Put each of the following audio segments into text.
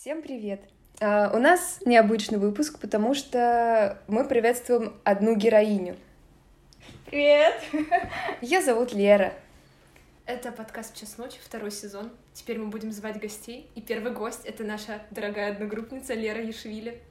Всем привет! У нас необычный выпуск, потому что мы приветствуем одну героиню. Привет! Ее зовут Лера. Это подкаст «В час ночи», 2 сезон. Теперь мы будем звать гостей. И первый гость — это наша дорогая одногруппница Лера Яшвили.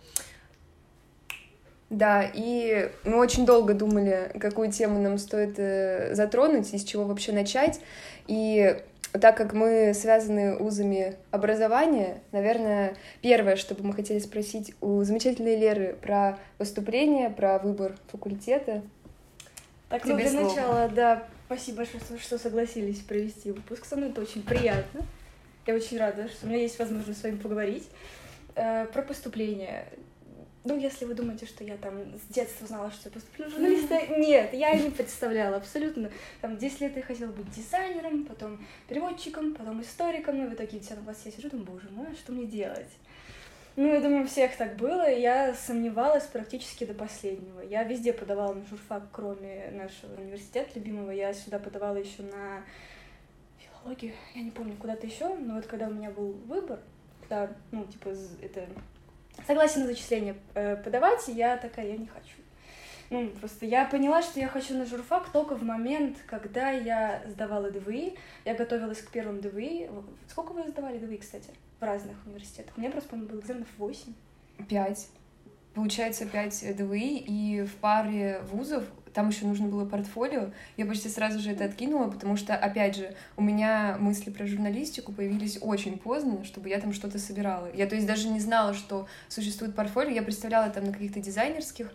Да, и мы очень долго думали, какую тему нам стоит затронуть и с чего вообще начать. И так как мы связаны узами образования, наверное, первое, что бы мы хотели спросить у замечательной Леры про поступление, про выбор факультета. Так, ну для начала, да, спасибо большое, что согласились провести выпуск со мной, это очень приятно. Я очень рада, что у меня есть возможность с вами поговорить. Про поступление. Ну, если вы думаете, что я там с детства знала, что я поступлю в журналиста, нет, я не представляла абсолютно. Там 10 лет я хотела быть дизайнером, потом переводчиком, потом историком, и в итоге в 10 классе я сижу, думаю, боже мой, что мне делать? Ну, я думаю, у всех так было, и я сомневалась практически до последнего. Я везде подавала на журфак, кроме нашего университета любимого, я сюда подавала еще на филологию, я не помню, куда-то еще, но вот когда у меня был выбор, когда, ну, типа, это... согласие на зачисление подавать, и я такая, я не хочу. Ну, просто я поняла, что я хочу на журфак только в момент, когда я сдавала ДВИ, я готовилась к первым ДВИ. Сколько вы сдавали ДВИ, кстати, в разных университетах? У меня просто, по-моему, было экзаменов 8. 5. Получается 5 ДВИ, и в паре вузов там еще нужно было портфолио. Я почти сразу же это откинула, потому что, опять же, у меня мысли про журналистику появились очень поздно, чтобы я там что-то собирала. Я, то есть, даже не знала, что существует портфолио. Я представляла там на каких-то дизайнерских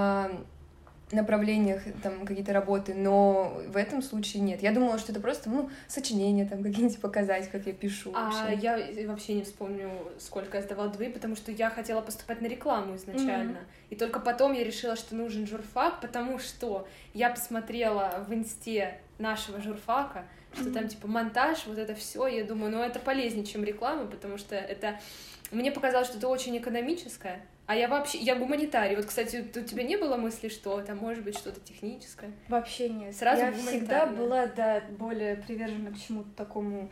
направлениях там какие-то работы, но в этом случае нет. Я думала, что это просто, сочинения там какие-нибудь показать, как я пишу. Я вообще не вспомню, сколько я сдавала ДВИ, потому что я хотела поступать на рекламу изначально. И только потом я решила, что нужен журфак, потому что я посмотрела в инсте нашего журфака, что там типа монтаж, вот это все. Я думаю, ну это полезнее, чем реклама, потому что это... Мне показалось, что это очень экономическое. А я гуманитарий. Вот, кстати, у тебя не было мысли, что там может быть что-то техническое? Вообще нет. Сразу я всегда была, да, более привержена к чему-то такому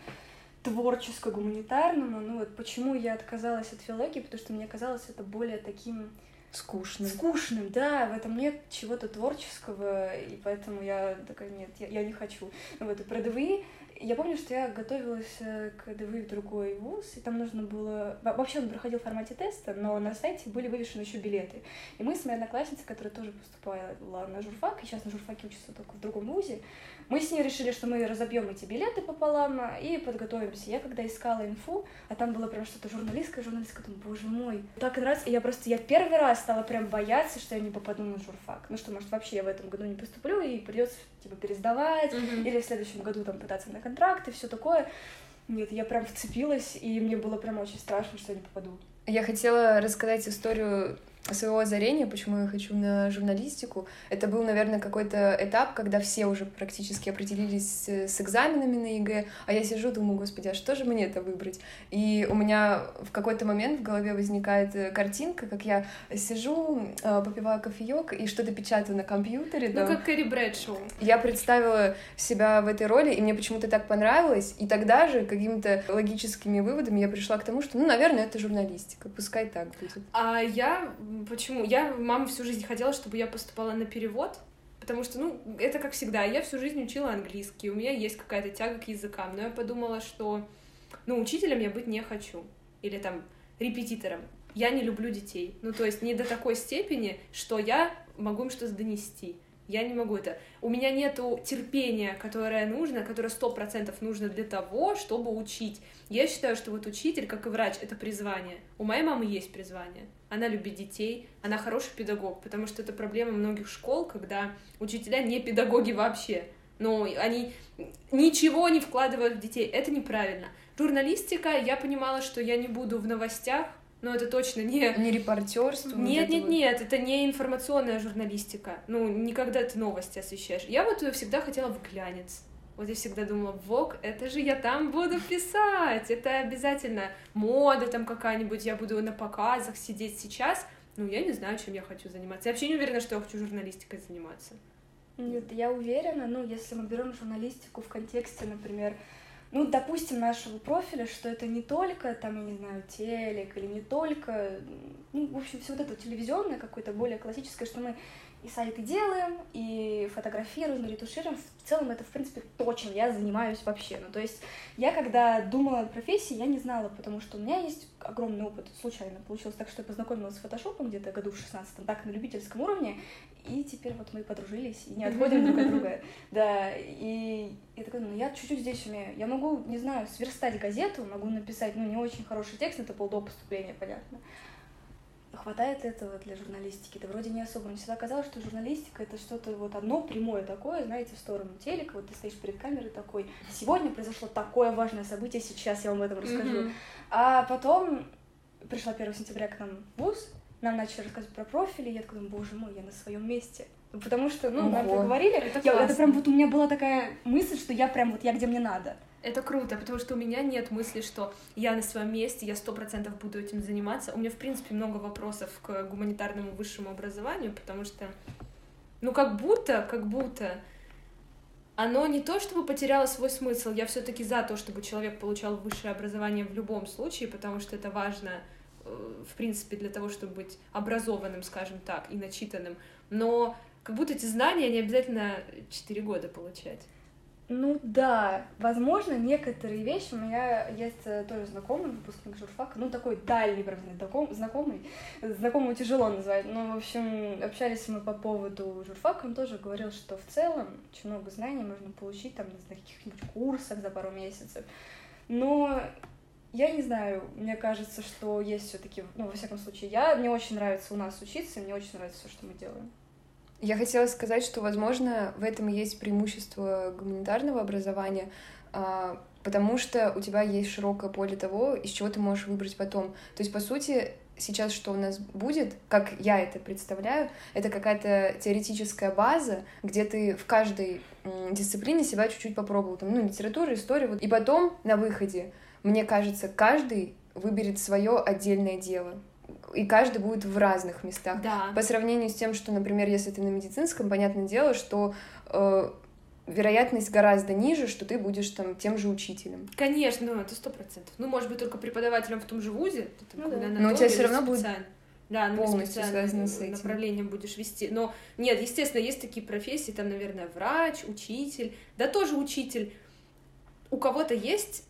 творческо-гуманитарному. Ну вот почему я отказалась от филологии, потому что мне казалось это более таким... Скучным, да, в этом нет чего-то творческого, и поэтому я такая, нет, я не хочу. Ну вот, и про ДВИ, я помню, что я готовилась к ДВИ в другой вуз, и там нужно было... Вообще он проходил в формате теста, но на сайте были вывешены еще билеты. И мы с моей одноклассницей, которая тоже поступала на журфак, и сейчас на журфаке учится только в другом вузе, мы с ней решили, что мы разобьем эти билеты пополам и подготовимся. Я когда искала инфу, а там было прям что-то журналистское, думаю, боже мой, так нравится. И я первый раз стала прям бояться, что я не попаду на журфак. Ну что, может, вообще я в этом году не поступлю, и придется типа пересдавать, или в следующем году там пытаться на контракт и все такое. Нет, я прям вцепилась, и мне было прям очень страшно, что я не попаду. Я хотела рассказать историю своего озарения, почему я хочу на журналистику. Это был, наверное, какой-то этап, когда все уже практически определились с экзаменами на ЕГЭ, а я сижу, думаю, господи, а что же мне это выбрать? И у меня в какой-то момент в голове возникает картинка, как я сижу, попиваю кофеек и что-то печатаю на компьютере. Ну, как Кэрри Брэдшоу. Я представила себя в этой роли, и мне почему-то так понравилось, и тогда же какими-то логическими выводами я пришла к тому, что, наверное, это журналистика, пускай так будет. Почему? Мама всю жизнь хотела, чтобы я поступала на перевод, потому что, это как всегда, я всю жизнь учила английский, у меня есть какая-то тяга к языкам, но я подумала, что, учителем я быть не хочу, или там репетитором. Я не люблю детей, то есть не до такой степени, что я могу им что-то донести. Я не могу это. У меня нету терпения, которое 100% нужно для того, чтобы учить. Я считаю, что вот учитель, как и врач, это призвание. У моей мамы есть призвание. Она любит детей, она хороший педагог, потому что это проблема многих школ, когда учителя не педагоги вообще. Но они ничего не вкладывают в детей. Это неправильно. Журналистика, я понимала, что я не буду в новостях, но это точно не репортерство. Нет, это не информационная журналистика. Никогда ты новости освещаешь. Я вот всегда хотела в глянец. Вот я всегда думала, это же я там буду писать. Это обязательно мода там какая-нибудь, я буду на показах сидеть сейчас. Я не знаю, чем я хочу заниматься. Я вообще не уверена, что я хочу журналистикой заниматься. Нет, я уверена, если мы берем журналистику в контексте, например, ну, допустим, нашего профиля, что это не только, там, я не знаю, телек, или не только, ну, в общем, все вот это телевизионное какое-то, более классическое, что мы и сайты делаем, и фотографируем, и ретушируем. В целом это, в принципе, то, чем я занимаюсь вообще. Ну, то есть я, когда думала о профессии, я не знала, потому что у меня есть огромный опыт. Случайно получилось так, что я познакомилась с фотошопом где-то году в 16-м, так, на любительском уровне, и теперь вот мы подружились и не отходим друг от друга. Да, и я такая, ну, я чуть-чуть здесь умею. Я могу, не знаю, сверстать газету, могу написать, ну, не очень хороший текст, это было до поступления, понятно. Хватает этого для журналистики? Да вроде не особо. Мне всегда казалось, что журналистика — это что-то вот одно прямое такое, знаете, в сторону телека. Вот ты стоишь перед камерой такой, сегодня произошло такое важное событие, сейчас я вам об этом расскажу. А потом пришла 1 сентября к нам в ВУЗ, нам начали рассказывать про профили, и я такая, боже мой, я на своем месте. Потому что, ну, нам поговорили, это прям вот у меня была такая мысль, что я прям вот я где мне надо. Это круто, потому что у меня нет мысли, что я на своем месте, я 100% буду этим заниматься. У меня, в принципе, много вопросов к гуманитарному высшему образованию, потому что, ну, как будто оно не то, чтобы потеряло свой смысл. Я все-таки за то, чтобы человек получал высшее образование в любом случае, потому что это важно, в принципе, для того, чтобы быть образованным, скажем так, и начитанным. Но как будто эти знания не обязательно 4 года получать. Ну да, возможно, некоторые вещи, у меня есть тоже знакомый выпускник журфака, ну такой дальний, правда, знакомого тяжело назвать, но, в общем, общались мы по поводу журфака, он тоже говорил, что в целом очень много знаний можно получить там на каких-нибудь курсах за пару месяцев, но я не знаю, мне кажется, что есть все-таки, ну, во всяком случае, мне очень нравится у нас учиться, мне очень нравится все, что мы делаем. Я хотела сказать, что, возможно, в этом и есть преимущество гуманитарного образования, потому что у тебя есть широкое поле того, из чего ты можешь выбрать потом. То есть, по сути, сейчас что у нас будет, как я это представляю, это какая-то теоретическая база, где ты в каждой дисциплине себя чуть-чуть попробовал. Там, ну, литература, история. Вот. И потом на выходе, мне кажется, каждый выберет свое отдельное дело. И каждый будет в разных местах. Да. По сравнению с тем, что, например, если ты на медицинском, понятное дело, что вероятность гораздо ниже, что ты будешь там тем же учителем. Конечно, ну это 100%. Ну, может быть, только преподавателем в том же вузе. Но у тебя все равно будет полностью связано с этим. Направлением будешь вести. Но нет, естественно, есть такие профессии, там, наверное, врач, учитель, да тоже учитель. У кого-то есть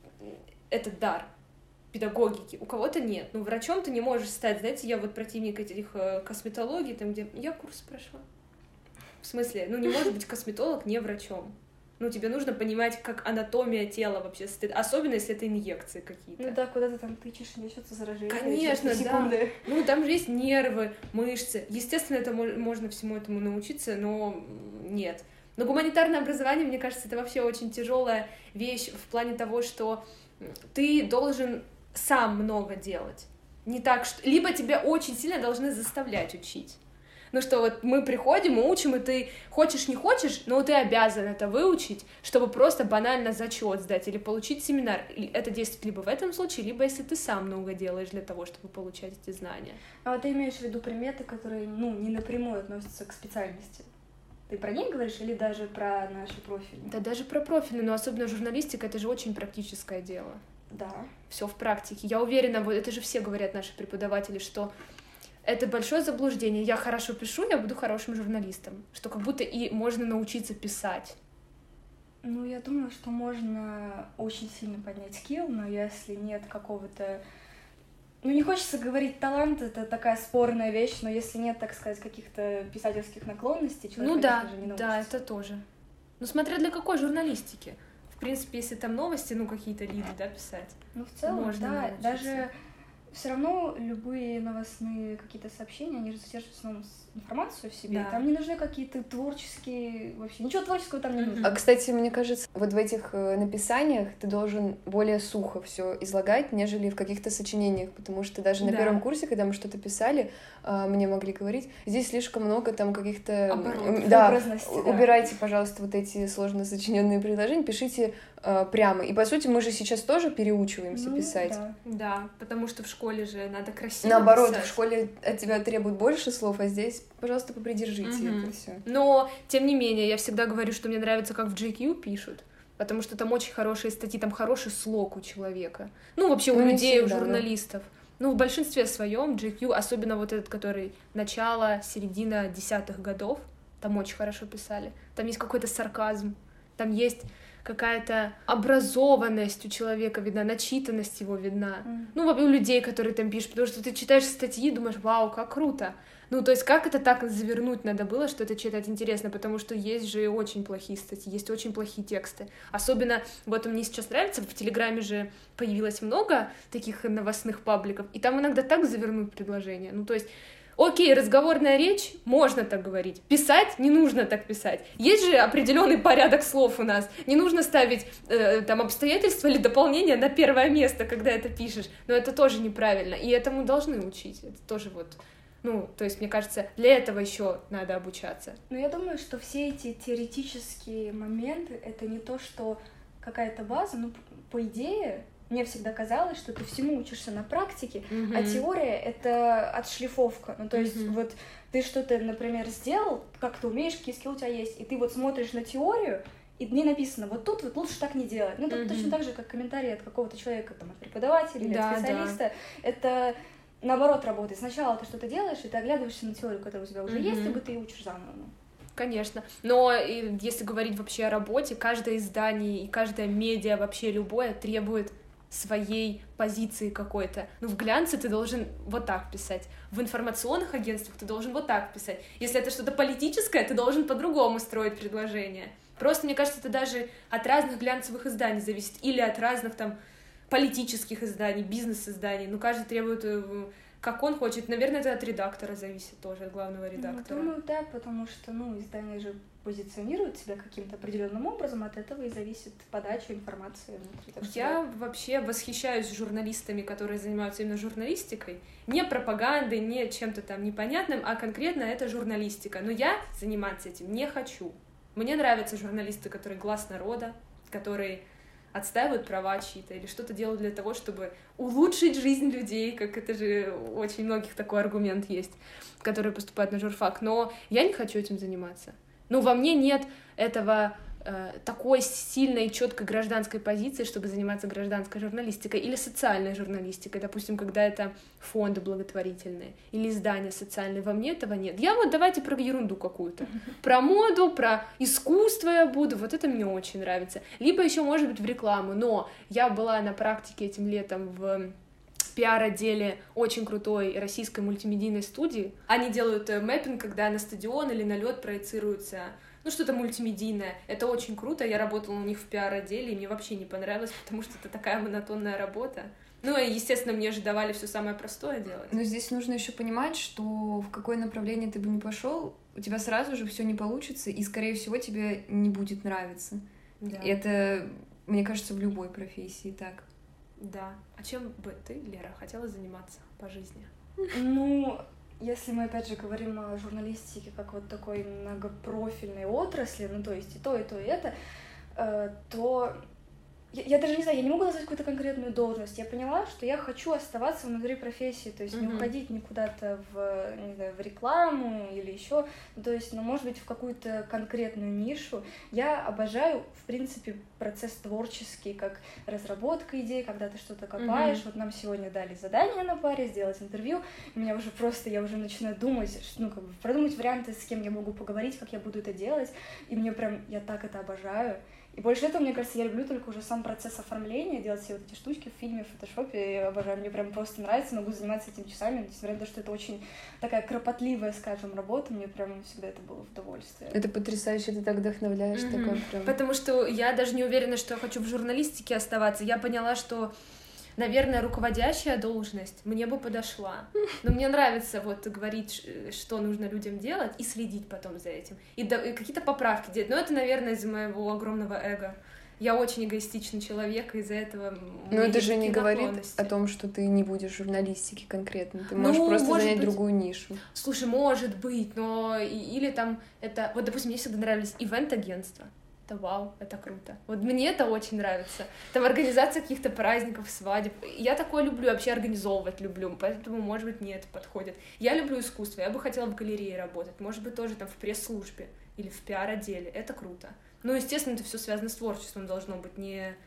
этот дар педагогики, у кого-то нет. Ну, врачом ты не можешь стать. Знаете, я вот противник этих косметологий, там, где я курс прошла. В смысле, ну, не может быть косметолог не врачом. Ну, тебе нужно понимать, как анатомия тела вообще стоит, особенно если это инъекции какие-то. Ну да, куда ты там тычешь, несется заражение. Конечно, да. Ну, там же есть нервы, мышцы. Естественно, это можно всему этому научиться, но нет. Но гуманитарное образование, мне кажется, это вообще очень тяжелая вещь в плане того, что ты должен сам много делать. Не так, что... Либо тебя очень сильно должны заставлять учить. Ну что, вот мы приходим, мы учим, и ты хочешь, не хочешь, но ты обязан это выучить, чтобы просто банально зачет сдать или получить семинар. Это действует либо в этом случае, либо если ты сам много делаешь для того, чтобы получать эти знания. А вот ты имеешь в виду предметы, которые, ну, не напрямую относятся к специальности? Ты про них говоришь или даже про наши профили? Да даже про профили, но особенно журналистика, это же очень практическое дело. Да. Все в практике. Я уверена, вот это же все говорят наши преподаватели, что это большое заблуждение. Я хорошо пишу, я буду хорошим журналистом. Что как будто и можно научиться писать. Ну, я думаю, что можно очень сильно поднять скилл, но если нет какого-то... Ну, не хочется говорить талант, это такая спорная вещь, но если нет, так сказать, каких-то писательских наклонностей, человек, ну да, конечно же, не научится. Да, это тоже. Ну, смотря для какой журналистики. В принципе, если там новости, ну, какие-то лиды, да, писать. Ну, в целом, можно да, научиться. даже все равно любые новостные какие-то сообщения, они же содержат в основном информацию в себе, Да. Там не нужны какие-то творческие, вообще ничего творческого там не нужно. А, кстати, мне кажется, вот в этих написаниях ты должен более сухо все излагать, нежели в каких-то сочинениях, потому что даже на первом курсе, когда мы что-то писали, мне могли говорить, здесь слишком много там каких-то... Образности, да. Убирайте, пожалуйста, вот эти сложно сочиненные предложения, пишите прямо. И, по сути, мы же сейчас тоже переучиваемся писать. Да. Да, потому что в школе же надо красиво Наоборот, писать. в школе от тебя требуют больше слов, а здесь, пожалуйста, попридержите это все. Но, тем не менее, я всегда говорю, что мне нравится, как в GQ пишут. потому что там очень хорошие статьи, там хороший слог у человека. Ну, вообще у людей, у журналистов. Ну, в большинстве своем GQ, особенно вот этот, который начало, середина 10-х годов, там очень хорошо писали. Там есть какой-то сарказм, там есть какая-то образованность у человека видна, начитанность его видна. Ну, у людей, которые там пишут, потому что ты читаешь статьи и думаешь, вау, как круто. Ну, то есть как это так завернуть надо было, что это читать интересно, потому что есть же очень плохие статьи, есть очень плохие тексты. Особенно, вот мне сейчас нравится, в Телеграме же появилось много таких новостных пабликов, и там иногда так завернуть предложение. Ну, то есть окей, разговорная речь, можно так говорить. Писать не нужно так писать. Есть же определенный порядок слов у нас. Не нужно ставить там обстоятельства или дополнения на первое место, когда это пишешь. Но это тоже неправильно. И этому должны учить. Это тоже вот... Ну, то есть, мне кажется, для этого еще надо обучаться. Ну, я думаю, что все эти теоретические моменты — это не то, что какая-то база, ну, по идее, мне всегда казалось, что ты всему учишься на практике, а теория — это отшлифовка. Ну, то есть, вот ты что-то, например, сделал, как ты умеешь, какие скиллы у тебя есть, и ты вот смотришь на теорию, и не написано, вот тут вот лучше так не делать. Ну, это точно так же, как комментарий от какого-то человека, там, от преподавателя или от специалиста. Это наоборот работает. Сначала ты что-то делаешь, и ты оглядываешься на теорию, которая у тебя уже есть, либо ты ее учишь заново. Конечно. Но если говорить вообще о работе, каждое издание и каждое медиа, вообще любое, требует своей позиции какой-то. Ну, в глянце ты должен вот так писать. В информационных агентствах ты должен вот так писать. Если это что-то политическое, ты должен по-другому строить предложение. Просто, мне кажется, это даже от разных глянцевых изданий зависит. Или от разных там политических изданий, бизнес-изданий. Ну, каждый требует, как он хочет. Наверное, это от редактора зависит тоже, от главного редактора. Ну, думаю, да, потому что, ну, издание же позиционирует себя каким-то определенным образом, от этого и зависит подача информации внутри. Я вообще восхищаюсь журналистами, которые занимаются именно журналистикой. Не пропагандой, не чем-то там непонятным, а конкретно это журналистика. Но я заниматься этим не хочу. Мне нравятся журналисты, которые глас народа, которые отстаивают права чьи-то или что-то делают для того, чтобы улучшить жизнь людей, как это же у очень многих такой аргумент есть, которые поступают на журфак, но я не хочу этим заниматься. Ну, во мне нет этого такой сильной и четкой гражданской позиции, чтобы заниматься гражданской журналистикой или социальной журналистикой, допустим, когда это фонды благотворительные или издания социальные, во мне этого нет. Я вот давайте про ерунду какую-то, про моду, про искусство я буду, вот это мне очень нравится. Либо еще, может быть, в рекламу, но я была на практике этим летом в пиар-отделе очень крутой российской мультимедийной студии. Они делают мэппинг, когда на стадион или на лед проецируются ну, что-то мультимедийное. Это очень круто. Я работала у них в пиар-отделе, и мне вообще не понравилось, потому что это такая монотонная работа. Ну, и, естественно, мне же давали все самое простое делать. Но здесь нужно еще понимать, что в какое направление ты бы ни пошел, у тебя сразу же все не получится, и, скорее всего, тебе не будет нравиться. Да. И это, мне кажется, в любой профессии так. Да. А чем бы ты, Лера, хотела заниматься по жизни? Ну, если мы, опять же, говорим о журналистике как вот такой многопрофильной отрасли, ну, то есть и то, и это, то я даже не знаю, я не могу назвать какую-то конкретную должность. Я поняла, что я хочу оставаться внутри профессии, то есть не уходить никуда-то не знаю, в рекламу или еще, то есть, ну, может быть, в какую-то конкретную нишу. Я обожаю, в принципе, процесс творческий, как разработка идей, когда ты что-то копаешь. Вот нам сегодня дали задание на паре сделать интервью, меня уже просто, я уже начинаю думать, ну, как бы продумать варианты, с кем я могу поговорить, как я буду это делать, и мне прям, я так это обожаю. И больше этого, мне кажется, я люблю только уже сам процесс оформления, делать все вот эти штучки в фильме, в фотошопе, я обожаю, мне прям просто нравится, могу заниматься этим часами, несмотря на то, что это очень такая кропотливая, скажем, работа, мне прям всегда это было в удовольствие. Это потрясающе, ты так вдохновляешь, такой прям... Потому что я даже не уверена, что я хочу в журналистике оставаться, я поняла, что... Наверное, руководящая должность мне бы подошла. Но мне нравится вот говорить, что нужно людям делать, и следить потом за этим. И какие-то поправки делать. Но это, наверное, из-за моего огромного эго. Я очень эгоистичный человек, и из-за этого... Но это же не говорит о том, что ты не будешь в журналистике конкретно. Ты можешь просто занять другую нишу. Слушай, может быть, но... Или там это... Вот, допустим, мне всегда нравились ивент-агентства. это вау, это круто. Вот мне это очень нравится. Там организация каких-то праздников, свадеб. Я такое люблю, вообще организовывать люблю, поэтому, может быть, мне это подходит. Я люблю искусство, я бы хотела в галерее работать, может быть, тоже там в пресс-службе или в пиар-отделе. Это круто. Ну, естественно, это все связано с творчеством, должно быть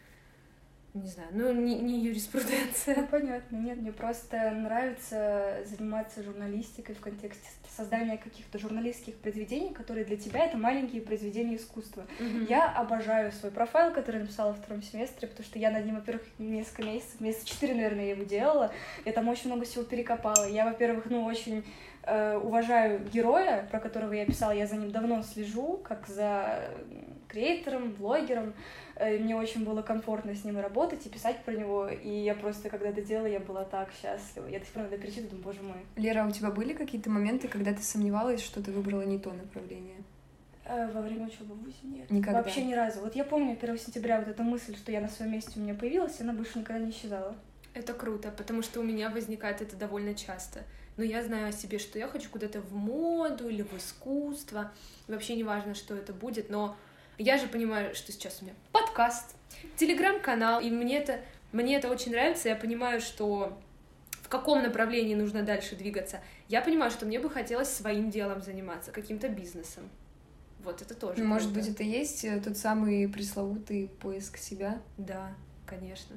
не знаю, ну, не юриспруденция. Ну, понятно, нет, мне просто нравится заниматься журналистикой в контексте создания каких-то журналистских произведений, которые для тебя — это маленькие произведения искусства. Я обожаю свой профайл, который я написала во 2-м семестре, потому что я над ним, во-первых, несколько месяца 4, наверное, я его делала, я там очень много всего перекопала. Я, во-первых, очень уважаю героя, про которого я писала, я за ним давно слежу, как за креатором, блогером. Мне очень было комфортно с ним работать и писать про него, и я просто, когда это делала, я была так счастлива. Я до сих пор иногда перечитываю, думаю, боже мой. Лера, а у тебя были какие-то моменты, когда ты сомневалась, что ты выбрала не то направление? Во время учебы в ВУЗе нет. Никогда? Вообще ни разу. Вот я помню 1 сентября вот эта мысль, что я на своем месте у меня появилась, и она больше никогда не исчезала. Это круто, потому что у меня возникает это довольно часто. Но я знаю о себе, что я хочу куда-то в моду или в искусство. Вообще не важно, что это будет, но я же понимаю, что сейчас у меня подкаст, телеграм-канал, и мне это очень нравится. Я понимаю, что в каком направлении нужно дальше двигаться. Я понимаю, что мне бы хотелось своим делом заниматься, каким-то бизнесом. Вот это тоже. Может круто. быть, это и есть тот самый пресловутый поиск себя? Да, конечно.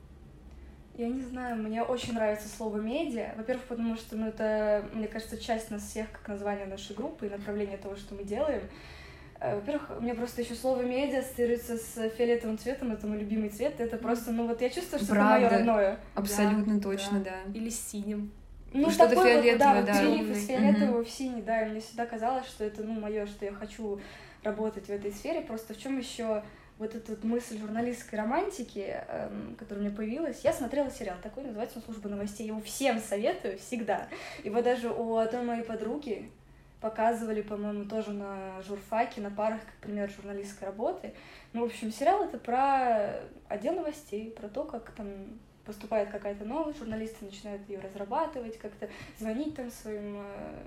Я не знаю, мне очень нравится слово «медиа». Во-первых, потому что, это, мне кажется, часть нас всех, как название нашей группы и направление того, что мы делаем. Во-первых, у меня просто еще слово «медиа» ассоциируется с фиолетовым цветом, это мой любимый цвет. Это просто, я чувствую, что Правда. это мое родное. Абсолютно точно, да. Или с синим. Что-то фиолетовое, да. да. Из фиолетового в синий, да, и мне всегда казалось, что это, мое, что я хочу работать в этой сфере. Просто в чем еще вот эта мысль журналистской романтики, которая у меня появилась, я смотрела сериал такой, называется он «Служба новостей». Его всем советую, всегда. Его даже у одной моей подруги показывали, по-моему, тоже на журфаке, на парах, как пример журналистской работы. В общем, сериал — это про отдел новостей, про то, как там поступает какая-то новость, журналисты начинают ее разрабатывать, как-то звонить там своим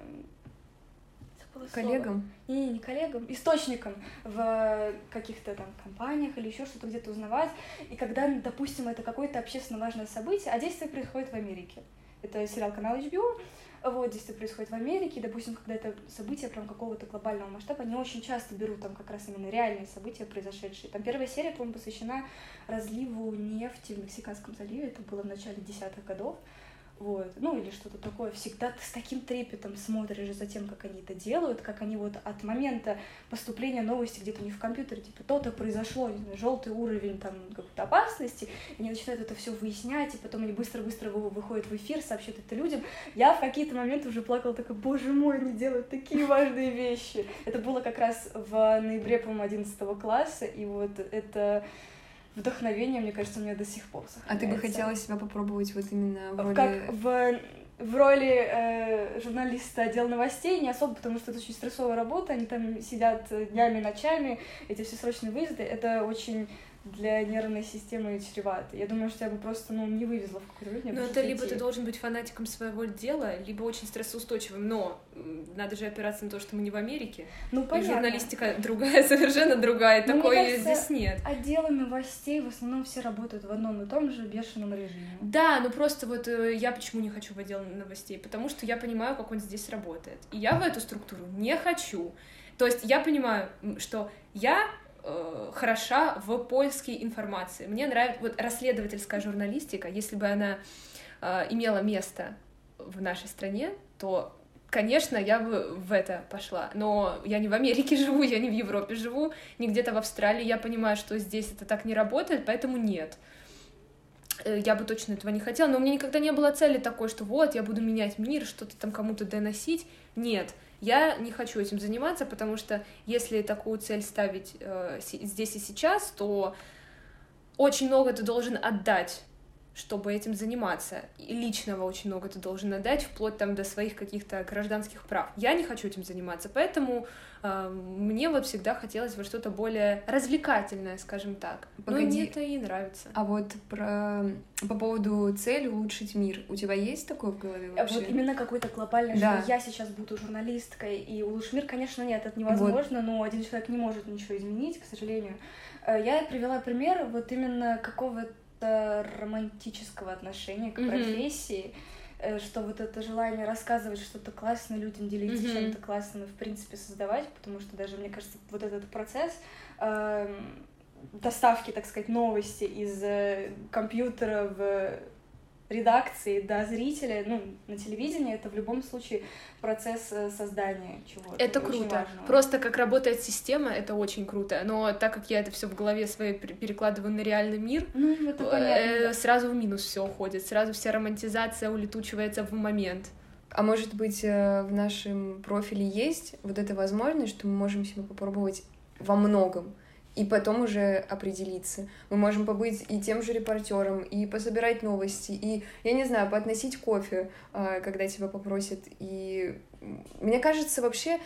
коллегам? Не коллегам, источникам в каких-то там компаниях или еще что-то где-то узнавать. И когда, допустим, это какое-то общественно важное событие, а действие происходит в Америке. Это сериал канала HBO. Действие происходит в Америке, и, допустим, когда это событие прям какого-то глобального масштаба, они очень часто берут там как раз именно реальные события, произошедшие. Там первая серия, по-моему, посвящена разливу нефти в Мексиканском заливе, это было в начале 10-х годов. Или что-то такое. Всегда ты с таким трепетом смотришь за тем, как они это делают, как они от момента поступления новости где-то у них в компьютере, то-то произошло, желтый уровень там какой-то опасности, они начинают это все выяснять, и потом они быстро-быстро выходят в эфир, сообщают это людям. Я в какие-то моменты уже плакала, такая, боже мой, они делают такие важные вещи. Это было как раз в ноябре, по-моему, 11 класса, и это вдохновение, мне кажется, у меня до сих пор сохраняется. А ты бы хотела себя попробовать именно в роли... Как в роли журналиста отдела новостей, не особо, потому что это очень стрессовая работа, они там сидят днями, ночами, эти все срочные выезды, это очень для нервной системы чревато. Я думаю, что я бы просто, не вывезла в какой-то время. Но это либо ты должен быть фанатиком своего дела, либо очень стрессоустойчивым, но надо же опираться на то, что мы не в Америке. Понятно. И журналистика другая, совершенно другая, такой кажется, здесь нет. Отделы новостей в основном все работают в одном и том же бешеном режиме. Да, просто я почему не хочу в отдел новостей? Потому что я понимаю, как он здесь работает. И я в эту структуру не хочу. То есть я понимаю, что я хороша в поиске информации. Мне нравится расследовательская журналистика, если бы она имела место в нашей стране, то, конечно, я бы в это пошла. Но я не в Америке живу, я не в Европе живу, не где-то в Австралии. Я понимаю, что здесь это так не работает, поэтому нет. Я бы точно этого не хотела, но у меня никогда не было цели такой, что я буду менять мир, что-то там кому-то доносить. Нет. Я не хочу этим заниматься, потому что если такую цель ставить здесь и сейчас, то очень много ты должен отдать, чтобы этим заниматься. И личного очень много ты должен отдать, вплоть там до своих каких-то гражданских прав. Я не хочу этим заниматься, поэтому мне вот всегда хотелось во что-то более развлекательное, скажем так. Погоди. Но мне это и нравится. А вот по поводу цели улучшить мир, у тебя есть такое в голове вообще? Вот именно какой-то глобальный, да. что я сейчас буду журналисткой и улучшить мир, конечно, нет, это невозможно, вот. Но один человек не может ничего изменить, к сожалению. Я привела пример вот именно какого-то романтического отношения к профессии, что вот это желание рассказывать что-то классное людям, делиться чем-то классным и, в принципе, создавать, потому что даже, мне кажется, вот этот процесс доставки, так сказать, новости из компьютера в редакции до зрителя, ну, на телевидении, это в любом случае процесс создания чего-то. Это круто. Просто как работает система, это очень круто. Но так как я это все в голове своей перекладываю на реальный мир, сразу в минус все уходит, сразу вся романтизация улетучивается в момент. А может быть, в нашем профиле есть вот эта возможность, что мы можем себя попробовать во многом, и потом уже определиться. Мы можем побыть и тем же репортером, и пособирать новости, и, я не знаю, поотносить кофе, когда тебя попросят. И мне кажется, вообще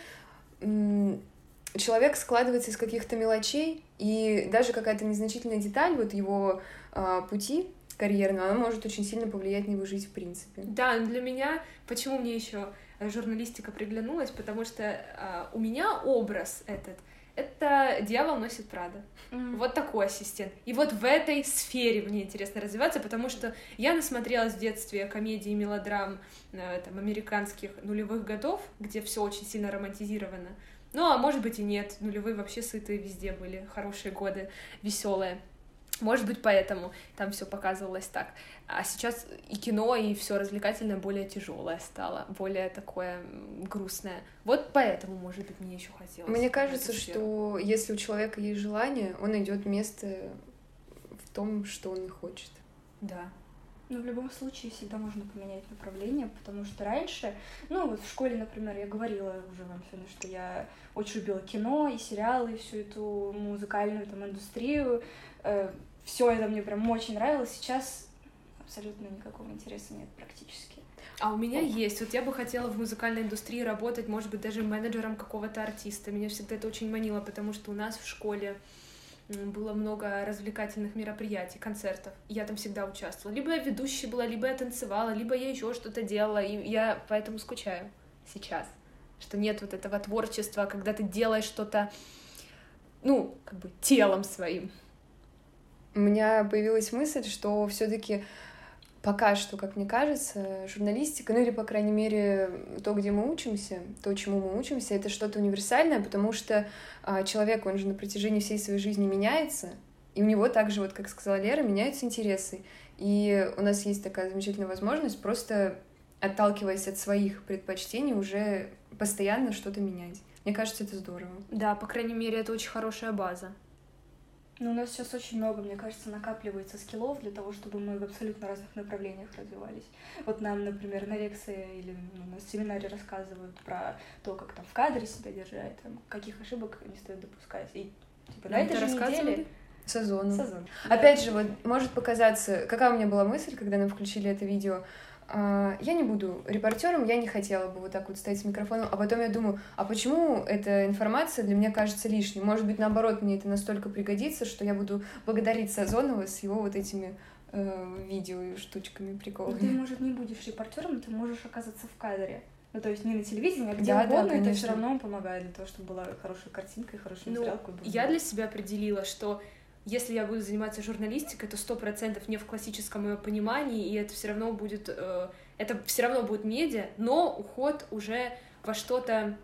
человек складывается из каких-то мелочей, и даже какая-то незначительная деталь вот его пути карьерного, она может очень сильно повлиять на его жизнь в принципе. Да, для меня, почему мне еще журналистика приглянулась, потому что у меня образ этот — это «Дьявол носит Прада». Вот такой ассистент. И вот в этой сфере мне интересно развиваться, потому что я насмотрелась в детстве комедий и мелодрам там, американских нулевых годов, где все очень сильно романтизировано. Ну, а может быть и нет. Нулевые вообще сытые везде были, хорошие годы, веселые. Может быть, поэтому там все показывалось так. А сейчас и кино, и все развлекательное более тяжелое стало, более такое грустное. Вот поэтому, может быть, мне еще хотелось. Мне кажется, что если у человека есть желание, он найдет место в том, что он хочет. Да. Но в любом случае всегда можно поменять направление, потому что раньше, ну вот в школе, например, я говорила уже вам сегодня, что я очень любила кино и сериалы, и всю эту музыкальную там индустрию. Все это мне прям очень нравилось. Сейчас абсолютно никакого интереса нет практически. А у меня есть. Вот я бы хотела в музыкальной индустрии работать, может быть, даже менеджером какого-то артиста. Меня всегда это очень манило, потому что у нас в школе было много развлекательных мероприятий, концертов. И я там всегда участвовала. Либо я ведущей была, либо я танцевала, либо я еще что-то делала. И я поэтому скучаю сейчас. Что нет вот этого творчества, когда ты делаешь что-то, ну, как бы телом своим. У меня появилась мысль, что все-таки пока что, как мне кажется, журналистика, ну или, по крайней мере, то, где мы учимся, то, чему мы учимся, это что-то универсальное, потому что человек, он же на протяжении всей своей жизни меняется, и у него также, вот как сказала Лера, меняются интересы. И у нас есть такая замечательная возможность просто, отталкиваясь от своих предпочтений, уже постоянно что-то менять. Мне кажется, это здорово. Да, по крайней мере, это очень хорошая база. Ну, у нас сейчас очень много, мне кажется, накапливается скиллов для того, чтобы мы в абсолютно разных направлениях развивались. Вот нам, например, на лекции или на семинаре рассказывают про то, как там в кадре себя держать, там, каких ошибок не стоит допускать. И типа на этой же неделе... Сазону. Да. Опять же, вот может показаться, какая у меня была мысль, когда нам включили это видео. Я не буду репортером, я не хотела бы вот так вот стоять с микрофоном, а потом я думаю, а почему эта информация для меня кажется лишней? Может быть, наоборот, мне это настолько пригодится, что я буду благодарить Сазонова с его вот этими видео и штучками, приколами. Ты, может, не будешь репортером, ты можешь оказаться в кадре. Ну, то есть не на телевидении, а где угодно, это все равно помогает для того, чтобы была хорошая картинка и хороший материал. Я для себя определила, что если я буду заниматься журналистикой, то 100% не в классическом ее понимании, и это все равно будет, медиа, но уход уже во что-то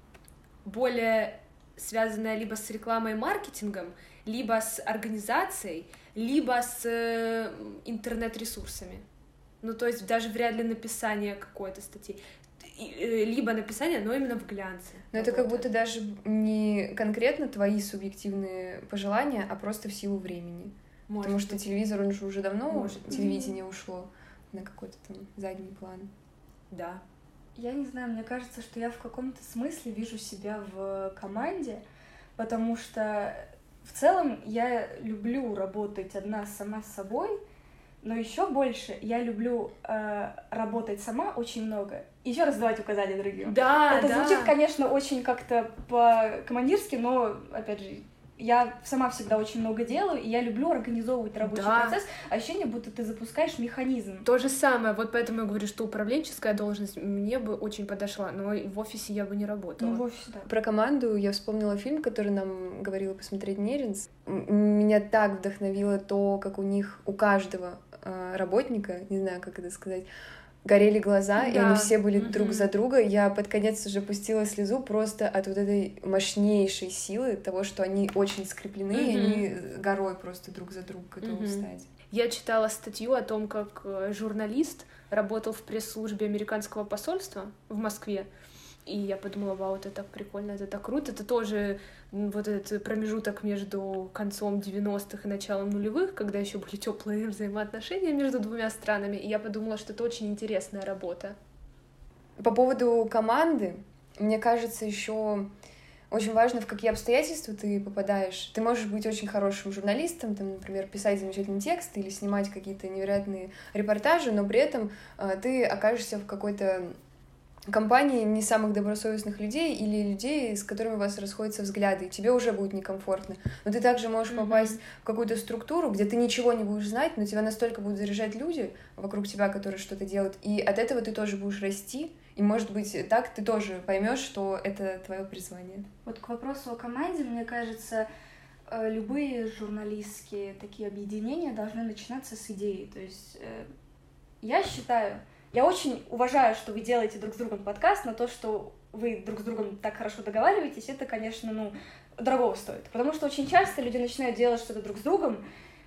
более связанное либо с рекламой и маркетингом, либо с организацией, либо с интернет-ресурсами. Ну, то есть даже вряд ли написание какой-то статьи. Либо написание, но именно в глянце. Но это как будто даже не конкретно твои субъективные пожелания, а просто в силу времени. Потому что телевизор, он же уже давно, телевидение ушло на какой-то там задний план. Да. Я не знаю, мне кажется, что я в каком-то смысле вижу себя в команде, потому что в целом я люблю работать одна сама с собой, Но еще больше я люблю работать сама очень много, и еще раз давать указания другим. Да, это звучит, конечно, очень как-то по-командирски, но, опять же, я сама всегда очень много делаю, и я люблю организовывать рабочий процесс. Ощущение, будто ты запускаешь механизм. То же самое, вот поэтому я говорю, что управленческая должность мне бы очень подошла, но в офисе я бы не работала. Ну, в офисе, да. Про команду я вспомнила фильм, который нам говорила посмотреть Неринс. Меня так вдохновило то, как у них, у каждого работника, не знаю, как это сказать, горели глаза, и они все были друг за друга. Я под конец уже пустила слезу просто от вот этой мощнейшей силы того, что они очень скреплены, и они горой просто друг за друга готовы встать. Я читала статью о том, как журналист работал в пресс-службе американского посольства в Москве, и я подумала, вау, это так прикольно, это так круто. Это тоже вот этот промежуток между концом 90-х и началом нулевых, когда еще были теплые взаимоотношения между двумя странами, и я подумала, что это очень интересная работа. По поводу команды, мне кажется, еще очень важно, в какие обстоятельства ты попадаешь. Ты можешь быть очень хорошим журналистом, там, например, писать замечательный текст или снимать какие-то невероятные репортажи, но при этом ты окажешься в какой-то компании не самых добросовестных людей или людей, с которыми у вас расходятся взгляды, и тебе уже будет некомфортно. Но ты также можешь попасть в какую-то структуру, где ты ничего не будешь знать, но тебя настолько будут заряжать люди вокруг тебя, которые что-то делают, и от этого ты тоже будешь расти, и, может быть, так ты тоже поймешь, что это твое призвание. Вот к вопросу о команде, мне кажется, любые журналистские такие объединения должны начинаться с идеи. То есть я считаю, я очень уважаю, что вы делаете друг с другом подкаст, но то, что вы друг с другом так хорошо договариваетесь, это, конечно, дорого стоит. Потому что очень часто люди начинают делать что-то друг с другом,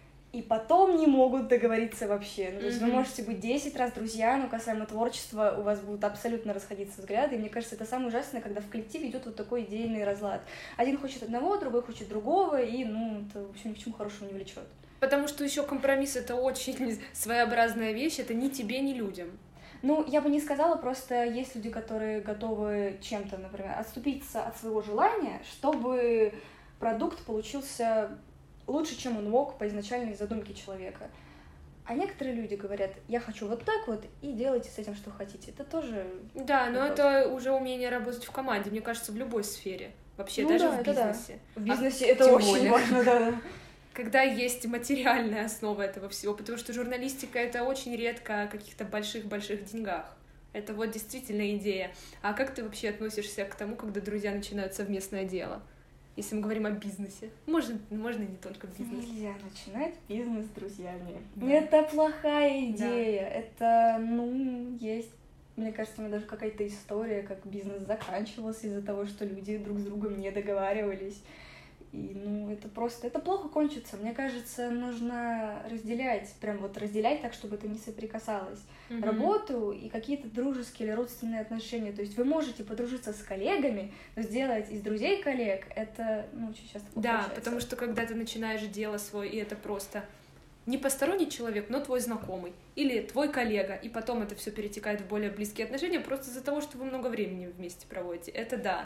и потом не могут договориться вообще. То есть вы можете быть 10 раз друзья, но касаемо творчества у вас будут абсолютно расходиться взгляды, и мне кажется, это самое ужасное, когда в коллективе идет вот такой идейный разлад. Один хочет одного, другой хочет другого, и, это, в общем, ни к чему хорошему не влечет. Потому что еще компромисс — это очень своеобразная вещь, это ни тебе, ни людям. Я бы не сказала, просто есть люди, которые готовы чем-то, например, отступиться от своего желания, чтобы продукт получился лучше, чем он мог по изначальной задумке человека. А некоторые люди говорят, я хочу вот так вот, и делайте с этим, что хотите. Это тоже... Да, но это уже умение работать в команде, мне кажется, в любой сфере. Вообще, даже в бизнесе. Да. В бизнесе это очень важно, да. Когда есть материальная основа этого всего, потому что журналистика — это очень редко о каких-то больших-больших деньгах. Это вот действительно идея. А как ты вообще относишься к тому, когда друзья начинают совместное дело? Если мы говорим о бизнесе. Можно не только бизнес. Нельзя начинать бизнес с друзьями. Да. Это плохая идея. Да. Это, есть... Мне кажется, у меня даже какая-то история, как бизнес заканчивался из-за того, что люди друг с другом не договаривались. И, это плохо кончится. Мне кажется, нужно разделять так, чтобы это не соприкасалось. Работу и какие-то дружеские или родственные отношения. То есть вы можете подружиться с коллегами, но сделать из друзей коллег, это, очень часто получается. Да, потому что когда ты начинаешь дело свое, и это просто не посторонний человек, но твой знакомый или твой коллега, и потом это все перетекает в более близкие отношения просто из-за того, что вы много времени вместе проводите. Это да.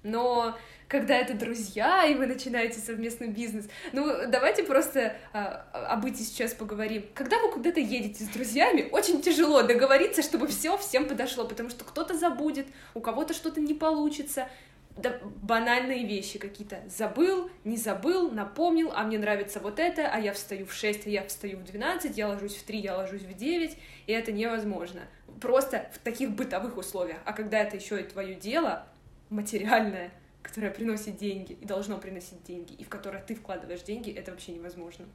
Но когда это друзья, и вы начинаете совместный бизнес, давайте просто о быте сейчас поговорим. Когда вы куда-то едете с друзьями, очень тяжело договориться, чтобы все всем подошло, потому что кто-то забудет, у кого-то что-то не получится. Да, банальные вещи какие-то. Забыл, не забыл, напомнил, а мне нравится вот это, а я встаю в 6, а я встаю в 12, я ложусь в 3, я ложусь в 9, и это невозможно. Просто в таких бытовых условиях. А когда это еще и твое дело материальное, которое приносит деньги и должно приносить деньги, и в которое ты вкладываешь деньги, это вообще невозможно.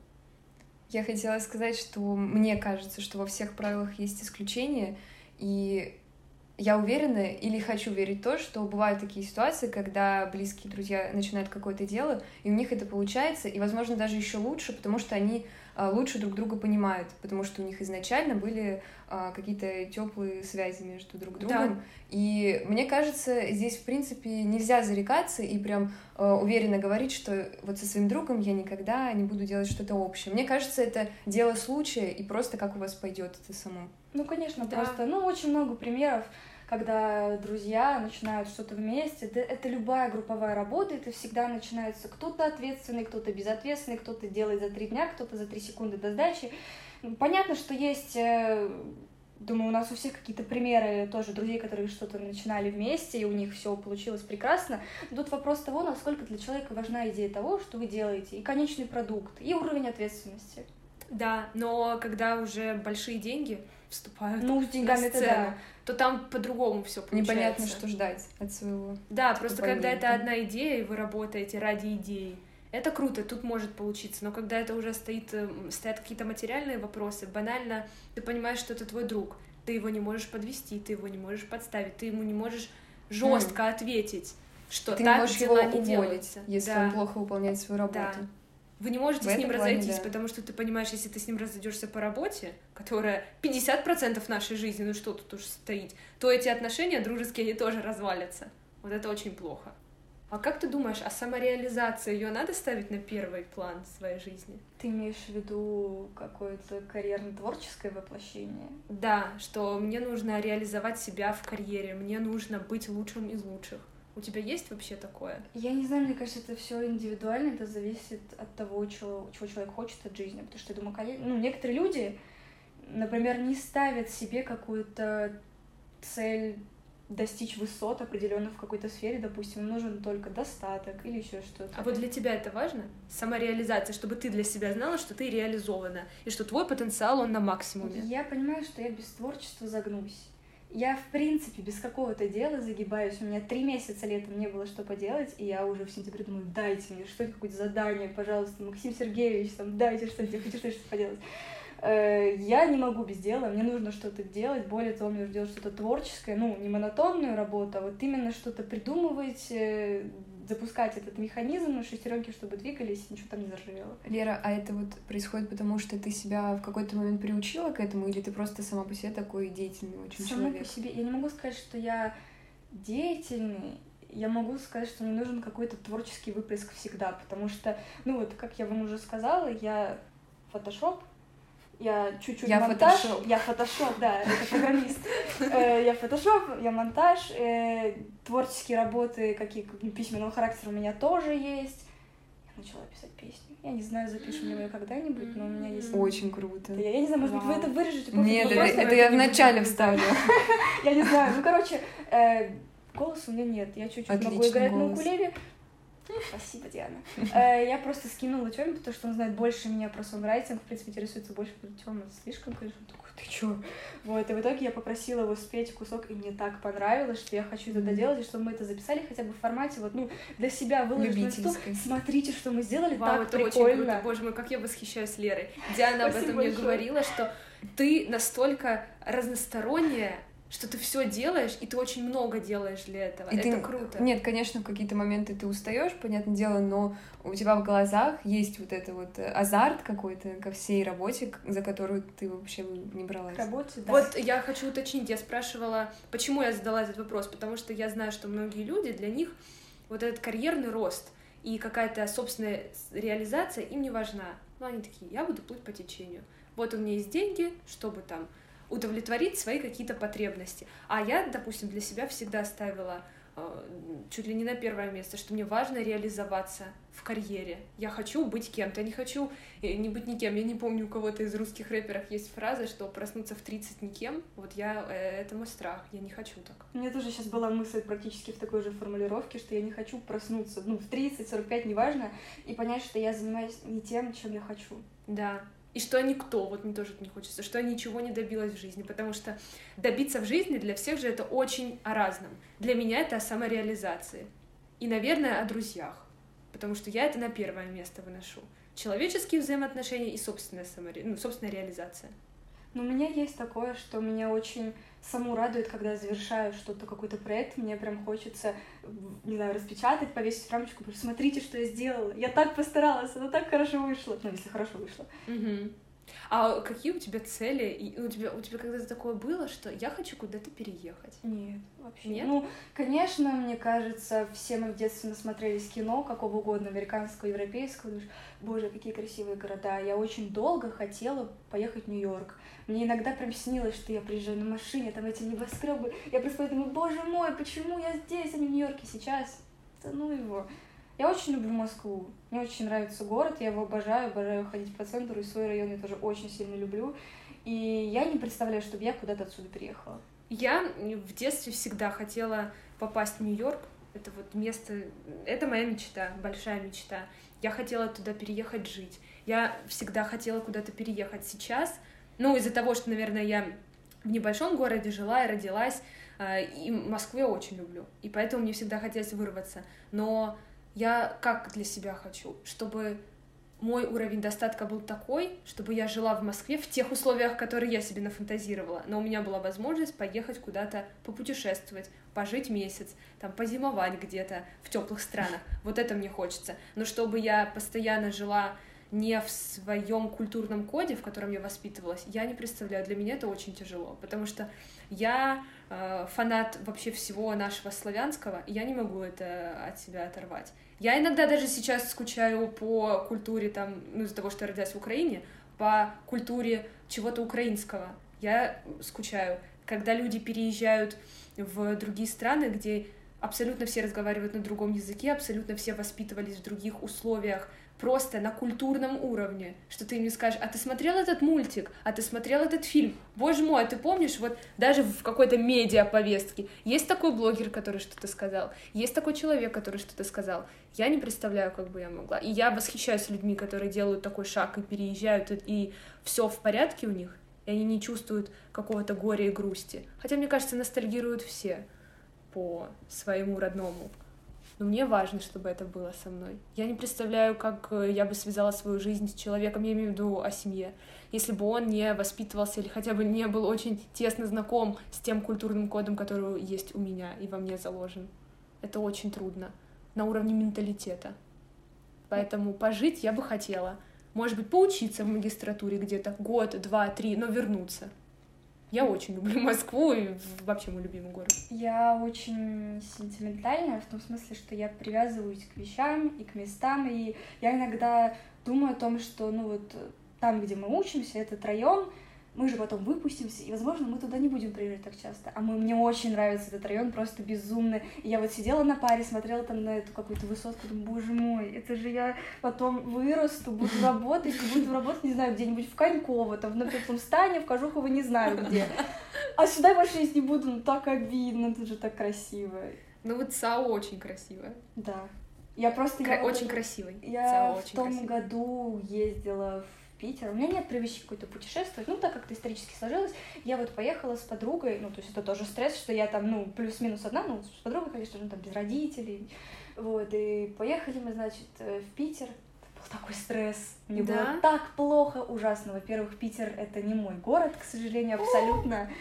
Я хотела сказать, что мне кажется, что во всех правилах есть исключения, и я уверена или хочу верить в то, что бывают такие ситуации, когда близкие друзья начинают какое-то дело, и у них это получается, и, возможно, даже еще лучше, потому что они лучше друг друга понимают, потому что у них изначально были какие-то теплые связи между друг другом. Да. И мне кажется, здесь, в принципе, нельзя зарекаться и прям уверенно говорить, что вот со своим другом я никогда не буду делать что-то общее. Мне кажется, это дело случая, и просто как у вас пойдет это само. Конечно, да. Просто, очень много примеров, когда друзья начинают что-то вместе. Это любая групповая работа, это всегда начинается кто-то ответственный, кто-то безответственный, кто-то делает за 3 дня, кто-то за 3 секунды до сдачи. Понятно, что есть, думаю, у нас у всех какие-то примеры тоже друзей, которые что-то начинали вместе, и у них все получилось прекрасно. Но тут вопрос того, насколько для человека важна идея того, что вы делаете, и конечный продукт, и уровень ответственности. Да, но когда уже большие деньги вступают с деньгами на сцену, то там по-другому все получается. Непонятно, что ждать от своего. Да, просто когда это одна идея, и вы работаете ради идеи, это круто, тут может получиться, но когда это уже стоят какие-то материальные вопросы, банально ты понимаешь, что это твой друг, ты его не можешь подвести, ты его не можешь подставить, ты ему не можешь жестко ответить, что ты так не можешь дела его не уволить, делаются. если он плохо выполняет свою работу. Да. Вы не можете в с ним разойтись, плане, да. потому что ты понимаешь, если ты с ним разойдешься по работе, которая 50% нашей жизни, ну что тут уж стоит, то эти отношения дружеские, они тоже развалятся. Вот это очень плохо. А как ты думаешь, а самореализация, ее надо ставить на первый план в своей жизни? Ты имеешь в виду какое-то карьерно-творческое воплощение? Да, что мне нужно реализовать себя в карьере, мне нужно быть лучшим из лучших. У тебя есть вообще такое? Я не знаю, мне кажется, это все индивидуально, это зависит от того, чего человек хочет от жизни. Потому что я думаю, некоторые люди, например, не ставят себе какую-то цель достичь высот определенных в какой-то сфере, допустим, им нужен только достаток или еще что-то. А вот для тебя это важно? Самореализация, чтобы ты для себя знала, что ты реализована, и что твой потенциал, он на максимуме. Я понимаю, что я без творчества загнусь. Я, в принципе, без какого-то дела загибаюсь. У меня 3 месяца летом не было что поделать, и я уже в сентябре думаю, дайте мне что-то, какое-то задание, пожалуйста, Максим Сергеевич, дайте что-то, я хочу что-то поделать. Я не могу без дела, мне нужно что-то делать, более того, мне нужно делать что-то творческое, не монотонную работу, а вот именно что-то придумывать, запускать этот механизм на шестеренки, чтобы двигались, и ничего там не заржавело. Лера, а это вот происходит потому, что ты себя в какой-то момент приучила к этому, или ты просто сама по себе такой деятельный очень человек? Сама по себе. Я не могу сказать, что я деятельный, я могу сказать, что мне нужен какой-то творческий выплеск всегда, потому что, как я вам уже сказала, я фотошоп, я чуть-чуть монтаж. Я фотошоп, да, это программист. Я фотошоп, я монтаж, творческие работы, какие письменного характера у меня тоже есть. Я начала писать песню. Я не знаю, запишем ли мы ее когда-нибудь, но у меня есть... Очень круто. Я не знаю, может быть, вы это вырежете. Нет, это я вначале вставлю. Я не знаю, голоса у меня нет. Я чуть-чуть могу играть на укулеле. Спасибо, Диана. Я просто скинула Тёме, потому что он знает больше меня про сонграйтинг, в принципе, интересуется больше. Тёма слишком, конечно, такой, ты чё? Вот, и в итоге я попросила его спеть кусок, и мне так понравилось, что я хочу это доделать, и чтобы мы это записали хотя бы в формате, для себя выложить на стол. Смотрите, что мы сделали, вау, так это прикольно. Очень круто. Боже мой, как я восхищаюсь Лерой. Диана об этом мне говорила, что ты настолько разносторонняя, что ты все делаешь, и ты очень много делаешь для этого. Это круто. Нет, конечно, в какие-то моменты ты устаешь, понятное дело, но у тебя в глазах есть вот это вот азарт какой-то ко всей работе, за которую ты вообще не бралась. К работе, да. Вот я хочу уточнить, я спрашивала, почему я задала этот вопрос, потому что я знаю, что многие люди, для них вот этот карьерный рост и какая-то собственная реализация им не важна. Но они такие, я буду плыть по течению. Вот у меня есть деньги, чтобы там удовлетворить свои какие-то потребности. А я, допустим, для себя всегда ставила чуть ли не на первое место, что мне важно реализоваться в карьере. Я хочу быть кем-то, я не хочу не быть никем. Я не помню, у кого-то из русских рэперов есть фраза, что проснуться в 30 никем. Вот это мой страх, я не хочу так. У меня тоже сейчас была мысль практически в такой же формулировке, что я не хочу проснуться, в 30-45, неважно, и понять, что я занимаюсь не тем, чем я хочу. Да. И что я никто, вот мне тоже не хочется, что я ничего не добилась в жизни, потому что добиться в жизни для всех же это очень о разном. Для меня это о самореализации. И, наверное, о друзьях, потому что я это на первое место выношу. Человеческие взаимоотношения и собственная реализация. Но у меня есть такое, что меня очень саму радует, когда я завершаю что-то, какой-то проект, мне прям хочется, не знаю, распечатать, повесить в рамочку, смотрите, что я сделала, я так постаралась, оно так хорошо вышло, если хорошо вышло. Угу. А какие у тебя цели? И у тебя когда-то такое было, что я хочу куда-то переехать? Нет, вообще. Нет? Конечно, мне кажется, все мы в детстве насмотрелись кино, какого угодно, американского, европейского, думаешь, боже, какие красивые города. Я очень долго хотела поехать в Нью-Йорк. Мне иногда прям снилось, что я приезжаю на машине, там эти небоскребы. Я просто думаю, боже мой, почему я здесь, а не в Нью-Йорке сейчас? Да ну его. Я очень люблю Москву. Мне очень нравится город, я его обожаю ходить по центру, и свой район я тоже очень сильно люблю. И я не представляю, чтобы я куда-то отсюда переехала. Я в детстве всегда хотела попасть в Нью-Йорк. Это вот место, это моя мечта, большая мечта. Я хотела туда переехать жить. Я всегда хотела куда-то переехать. Сейчас, из-за того, что, наверное, я в небольшом городе жила и родилась, и Москву я очень люблю. И поэтому мне всегда хотелось вырваться. Но я как для себя хочу? Чтобы мой уровень достатка был такой, чтобы я жила в Москве в тех условиях, которые я себе нафантазировала, но у меня была возможность поехать куда-то попутешествовать, пожить месяц, там, позимовать где-то в теплых странах. Вот это мне хочется. Но чтобы я постоянно жила не в своем культурном коде, в котором я воспитывалась, я не представляю. Для меня это очень тяжело, потому что я фанат вообще всего нашего славянского, и я не могу это от себя оторвать. Я иногда даже сейчас скучаю по культуре, там, из-за того, что я родилась в Украине, по культуре чего-то украинского. Я скучаю. Когда люди переезжают в другие страны, где абсолютно все разговаривают на другом языке, абсолютно все воспитывались в других условиях, просто на культурном уровне, что ты мне скажешь: а ты смотрел этот мультик, а ты смотрел этот фильм, боже мой, а ты помнишь, вот даже в какой-то медиа-повестке есть такой блогер, который что-то сказал, есть такой человек, который что-то сказал. Я не представляю, как бы я могла. И я восхищаюсь людьми, которые делают такой шаг и переезжают, и все в порядке у них, и они не чувствуют какого-то горя и грусти. Хотя, мне кажется, ностальгируют все по своему родному. Но мне важно, чтобы это было со мной. Я не представляю, как я бы связала свою жизнь с человеком, я имею в виду о семье, если бы он не воспитывался или хотя бы не был очень тесно знаком с тем культурным кодом, который есть у меня и во мне заложен. Это очень трудно на уровне менталитета. Поэтому пожить я бы хотела. Может быть, поучиться в магистратуре где-то год, 2, 3, но вернуться. Я очень люблю Москву и вообще мой любимый город. Я очень сентиментальная в том смысле, что я привязываюсь к вещам и к местам, и я иногда думаю о том, что, там, где мы учимся, этот район, мы же потом выпустимся, и, возможно, мы туда не будем приезжать так часто. Мне очень нравится этот район, просто безумно. И я вот сидела на паре, смотрела там на эту какую-то высотку, думаю: боже мой, это же я потом вырасту, буду работать, и буду работать, не знаю, где-нибудь в Коньково, там, на Петлом стане, в Кожухово, не знаю где. А сюда больше ездить не буду, так обидно, тут же так красиво. Вот ЦАО очень красивая. Да. Я просто... Очень красивый. Я в том году ездила в Питер. У меня нет привычки какой-то путешествовать, так как-то исторически сложилось. Я вот поехала с подругой, то есть это тоже стресс, что я там, плюс-минус одна, с подругой, конечно же, там без родителей, и поехали мы, значит, в Питер. Это был такой стресс, мне было так плохо, ужасно. Во-первых, Питер — это не мой город, к сожалению, абсолютно.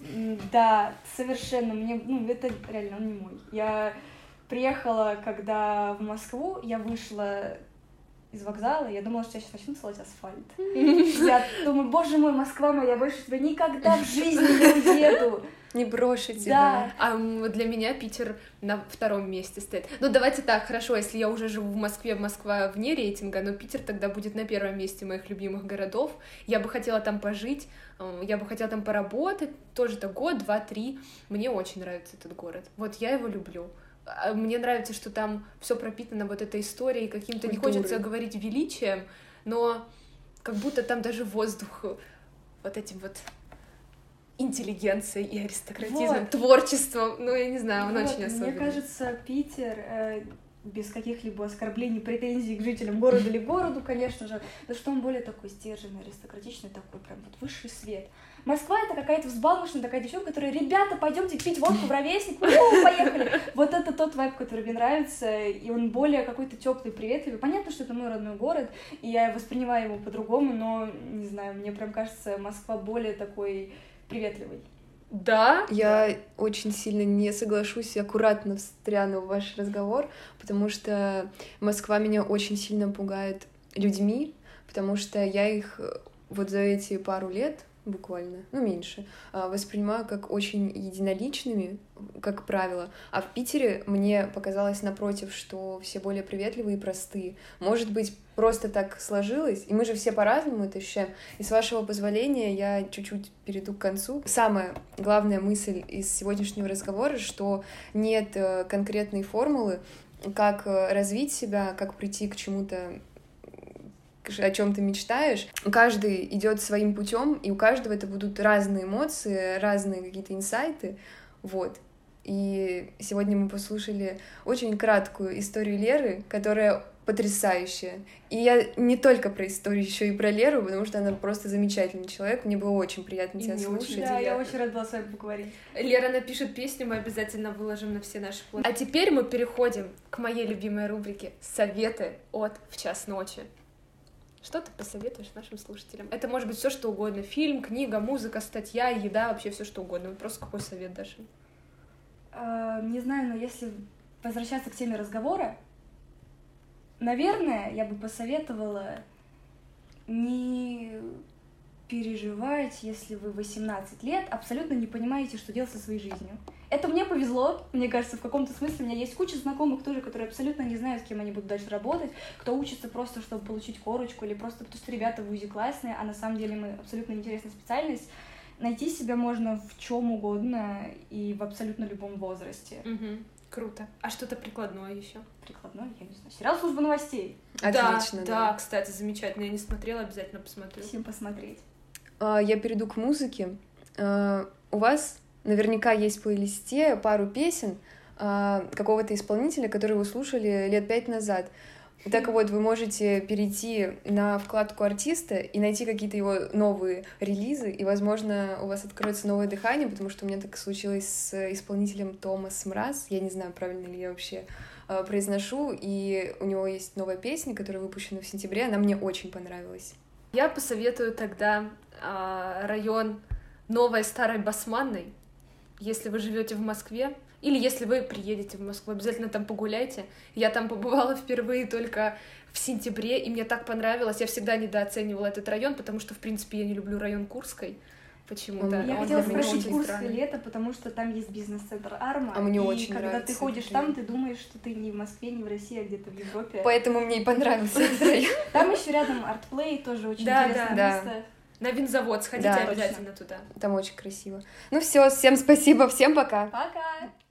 Да, совершенно, это реально он не мой. Я приехала, когда в Москву, я вышла из вокзала, я думала, что я сейчас начну солоть асфальт. Я думаю: боже мой, Москва моя, я больше тебя никогда в жизни не уеду. Не брошу тебя. Да. А для меня Питер на втором месте стоит. Давайте так, хорошо, если я уже живу в Москве, Москва вне рейтинга, но Питер тогда будет на первом месте моих любимых городов. Я бы хотела там пожить, я бы хотела там поработать, тоже-то год, 2, 3. Мне очень нравится этот город. Вот я его люблю. Мне нравится, что там все пропитано вот этой историей, каким-то, не хочется говорить величием, но как будто там даже воздух вот этим вот интеллигенцией и аристократизмом, творчеством, я не знаю, он очень особенный. Мне кажется, Питер без каких-либо оскорблений, претензий к жителям города или городу, конечно же, да что он более такой стерженный, аристократичный, такой прям вот высший свет. Москва — это какая-то взбалмошная такая девчонка, которая: ребята, пойдемте пить водку в Ровесник, поехали. Вот это тот вайб, который мне нравится, и он более какой-то теплый, приветливый. Понятно, что это мой родной город, и я воспринимаю его по-другому, но, не знаю, мне прям кажется, Москва более такой приветливый. Да, я очень сильно не соглашусь и аккуратно встряну в ваш разговор, потому что Москва меня очень сильно пугает людьми, потому что я их вот за эти пару лет буквально, меньше, воспринимаю как очень единоличными, как правило. А в Питере мне показалось, напротив, что все более приветливые и простые. Может быть, просто так сложилось, и мы же все по-разному это ощущаем. И с вашего позволения я чуть-чуть перейду к концу. Самая главная мысль из сегодняшнего разговора, что нет конкретной формулы, как развить себя, как прийти к чему-то, о чем ты мечтаешь. Каждый идет своим путем, и у каждого это будут разные эмоции, разные какие-то инсайты, вот. И сегодня мы послушали очень краткую историю Леры, которая потрясающая. И я не только про историю, еще и про Леру, потому что она просто замечательный человек. Мне было очень приятно тебя слушать. Да, я очень рада была с вами поговорить. Лера напишет песню, мы обязательно выложим на все наши планы. А теперь мы переходим к моей любимой рубрике «Советы от в час ночи». Что ты посоветуешь нашим слушателям? Это может быть все что угодно. Фильм, книга, музыка, статья, еда, вообще все что угодно. Вот просто какой совет дашь им? Не знаю, но если возвращаться к теме разговора, наверное, я бы посоветовала не переживать, если вы 18 лет абсолютно не понимаете, что делать со своей жизнью. Это мне повезло, мне кажется, в каком-то смысле у меня есть куча знакомых тоже, которые абсолютно не знают, с кем они будут дальше работать, кто учится просто, чтобы получить корочку, или просто потому что ребята в ВУЗе классные, а на самом деле мы абсолютно неинтересная специальность. Найти себя можно в чем угодно и в абсолютно любом возрасте. Круто. А что-то прикладное еще? Прикладное, я не знаю. Сериал «Служба новостей». Отлично, да, кстати, замечательно. Я не смотрела, обязательно посмотрю. Всем посмотреть. Я перейду к музыке. У вас наверняка есть в плейлисте пару песен какого-то исполнителя, который вы слушали лет 5 назад. Так вот, вы можете перейти на вкладку артиста и найти какие-то его новые релизы, и, возможно, у вас откроется новое дыхание, потому что у меня так случилось с исполнителем Томас Мраз. Я не знаю, правильно ли я вообще произношу, и у него есть новая песня, которая выпущена в сентябре, она мне очень понравилась. Я посоветую тогда район Новой Старой Басманной, если вы живете в Москве, или если вы приедете в Москву, обязательно там погуляйте. Я там побывала впервые только в сентябре, и мне так понравилось. Я всегда недооценивала этот район, потому что, в принципе, я не люблю район Курской почему-то. Я хотела спросить Курское лето, потому что там есть бизнес-центр Арма. А мне и очень когда нравится. Ты ходишь там, ты думаешь, что ты не в Москве, не в России, а где-то в Европе. Поэтому мне и понравился этот район. Там еще рядом Артплей, тоже очень интересное место. На винзавод сходите обязательно туда. Там очень красиво. Ну все, всем спасибо, всем пока. Пока!